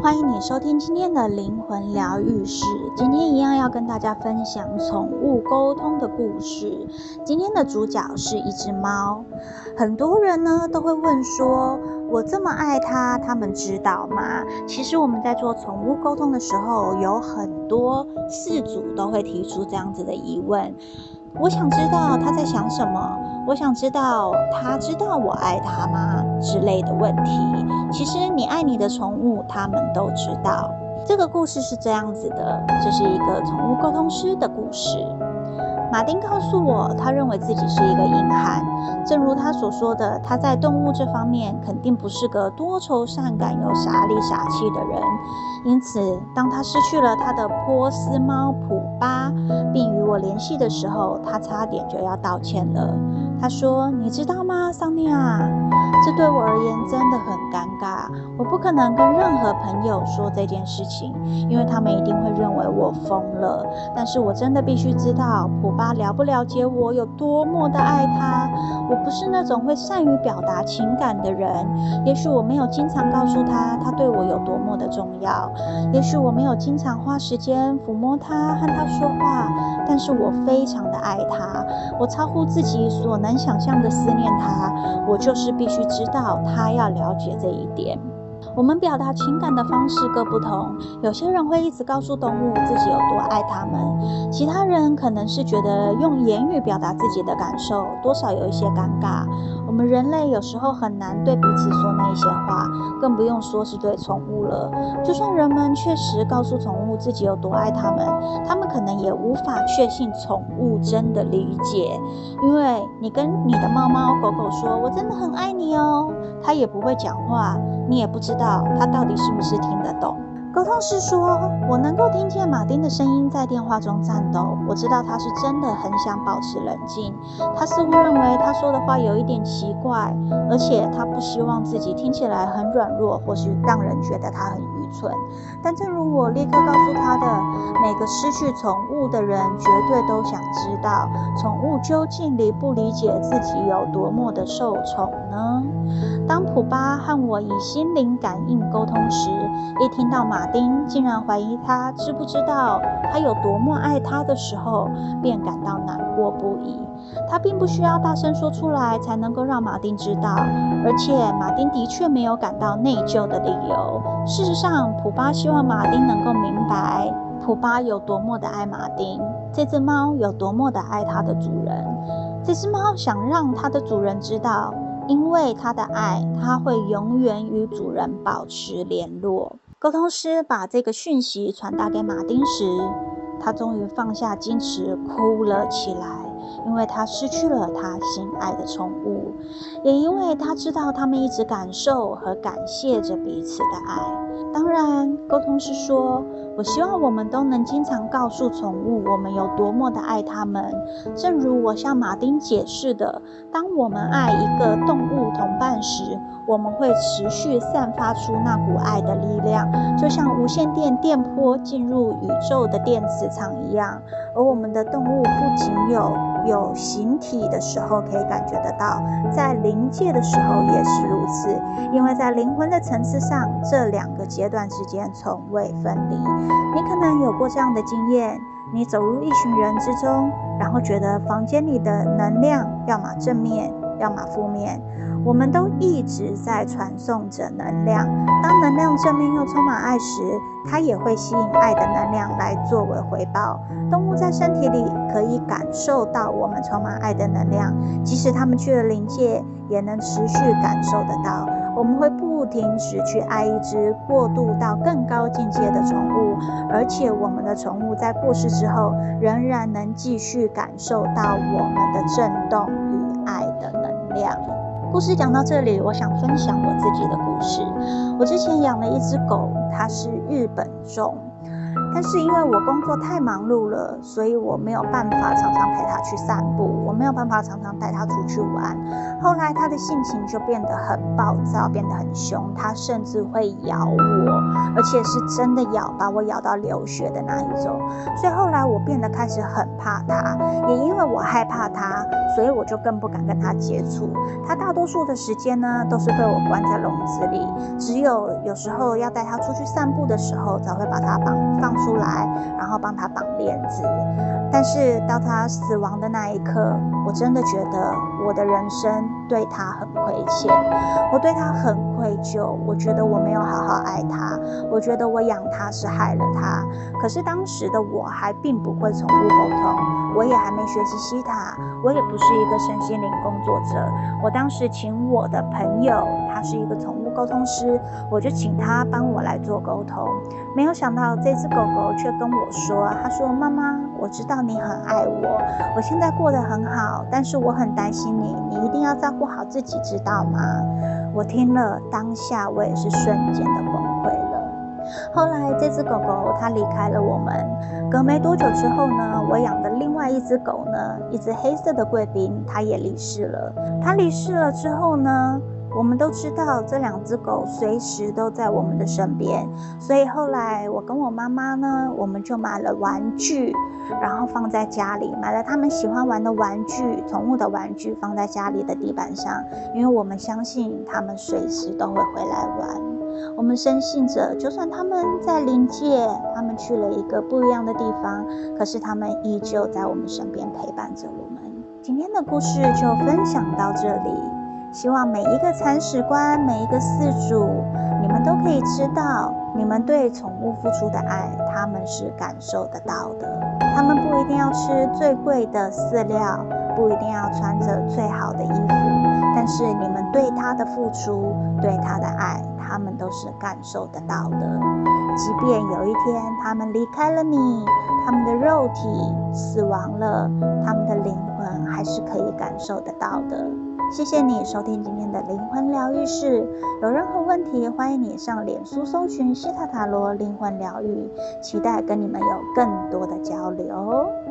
欢迎你收听今天的灵魂疗愈室。今天一样要跟大家分享宠物沟通的故事。今天的主角是一只猫。很多人呢都会问说，我这么爱它，他们知道吗？其实我们在做宠物沟通的时候，有很多饲主都会提出这样子的疑问。我想知道他在想什么，我想知道他知道我爱他吗？之类的问题。其实你爱你的宠物，他们都知道。这个故事是这样子的，这是一个宠物沟通师的故事。马丁告诉我，他认为自己是一个硬汉，正如他所说的，他在动物这方面肯定不是个多愁善感又傻里傻气的人。因此，当他失去了他的波斯猫普巴，并与我联系的时候，他差点就要道歉了。他说：“你知道吗，桑尼亚？这对我而言真的很尴尬。我不可能跟任何朋友说这件事情，因为他们一定会认为我疯了。但是我真的必须知道，普巴了不了解我有多么的爱他。我不是那种会善于表达情感的人。也许我没有经常告诉他，他对我有多么的重要。也许我没有经常花时间抚摸他，和他说话。但是我非常的爱他，我超乎自己所能想象的思念他。我就是必须知道他要了解这一点。”我们表达情感的方式各不同，有些人会一直告诉动物自己有多爱它们，其他人可能是觉得用言语表达自己的感受多少有一些尴尬。我们人类有时候很难对彼此说那些话，更不用说是对宠物了。就算人们确实告诉宠物自己有多爱它们，它们可能也无法确信宠物真的理解。因为你跟你的猫猫狗狗说我真的很爱你哦，它也不会讲话，你也不知道他到底是不是听得懂。沟通师说，我能够听见马丁的声音在电话中颤抖，我知道他是真的很想保持冷静。他似乎认为他说的话有一点奇怪，而且他不希望自己听起来很软弱，或是让人觉得他很愚蠢。但正如我立刻告诉他的，每个失去宠物的人绝对都想知道，宠物究竟理不理解自己有多么的受宠呢？当普巴和我以心灵感应沟通时，一听到马丁竟然怀疑他知不知道他有多么爱他的时候，便感到难过不已。他并不需要大声说出来才能够让马丁知道，而且马丁的确没有感到内疚的理由。事实上，普巴希望马丁能够明白普巴有多么的爱马丁，这只猫有多么的爱它的主人。这只猫想让它的主人知道，因为它的爱，它会永远与主人保持联络。沟通师把这个讯息传达给马丁时，他终于放下矜持，哭了起来。因为他失去了他心爱的宠物，也因为他知道他们一直感受和感谢着彼此的爱。当然，沟通师说，我希望我们都能经常告诉宠物我们有多么的爱它们。正如我向马丁解释的，当我们爱一个动物同伴时，我们会持续散发出那股爱的力量，就像无线电电波进入宇宙的电磁场一样。而我们的动物不仅有形体的时候可以感觉得到，在灵界的时候也是如此，因为在灵魂的层次上，这两个阶段之间从未分离。你可能有过这样的经验，你走入一群人之中，然后觉得房间里的能量要么正面，要么负面。我们都一直在传送着能量，当能量正面又充满爱时，它也会吸引爱的能量来作为回报。动物在身体里可以感受到我们充满爱的能量，即使它们去了灵界，也能持续感受得到。我们会不停止去爱一只过渡到更高境界的宠物，而且我们的宠物在过世之后，仍然能继续感受到我们的震动与爱的能量。故事讲到这里，我想分享我自己的故事。我之前养了一只狗，它是日本种。 但是因为我工作太忙碌了，所以我没有办法常常陪他去散步，我没有办法常常带他出去玩。后来他的性情就变得很暴躁，变得很凶，他甚至会咬我，而且是真的咬，把我咬到流血的那一种。所以后来我变得开始很怕他，也因为我害怕他，所以我就更不敢跟他接触。他大多数的时间呢，都是被我关在笼子里，只有时候要带他出去散步的时候，才会把他放出来，然后帮他绑链子。但是到他死亡的那一刻，我真的觉得我的人生对他很亏欠，我对他很愧疚，我觉得我没有好好爱他，我觉得我养他是害了他。可是当时的我还并不会宠物沟通，我也还没学习西塔，我也不是一个身心灵工作者。我当时请我的朋友，他是一个宠物沟通师，我就请他帮我来做沟通。没有想到这只狗狗却跟我说，他说妈妈，我知道你很爱我，我现在过得很好，但是我很担心你，你一定要照顾好自己，知道吗？我听了当下我也是瞬间的崩溃了。后来这只狗狗它离开了我们，隔没多久之后呢，我养的另外一只狗呢，一只黑色的贵宾，它也离世了。它离世了之后呢，我们都知道这两只狗随时都在我们的身边，所以后来我跟我妈妈呢，我们就买了玩具，然后放在家里，买了他们喜欢玩的玩具，宠物的玩具放在家里的地板上，因为我们相信他们随时都会回来玩。我们深信着，就算他们在临界，他们去了一个不一样的地方，可是他们依旧在我们身边陪伴着我们。今天的故事就分享到这里，希望每一个铲屎官，每一个饲主，你们都可以知道，你们对宠物付出的爱，他们是感受得到的。他们不一定要吃最贵的饲料，不一定要穿着最好的衣服，但是你们对他的付出，对他的爱，他们都是感受得到的。即便有一天他们离开了你，他们的肉体死亡了，他们的灵魂还是可以感受得到的。谢谢你收听今天的灵魂疗愈室，有任何问题欢迎你上脸书搜寻西塔塔罗灵魂疗愈，期待跟你们有更多的交流。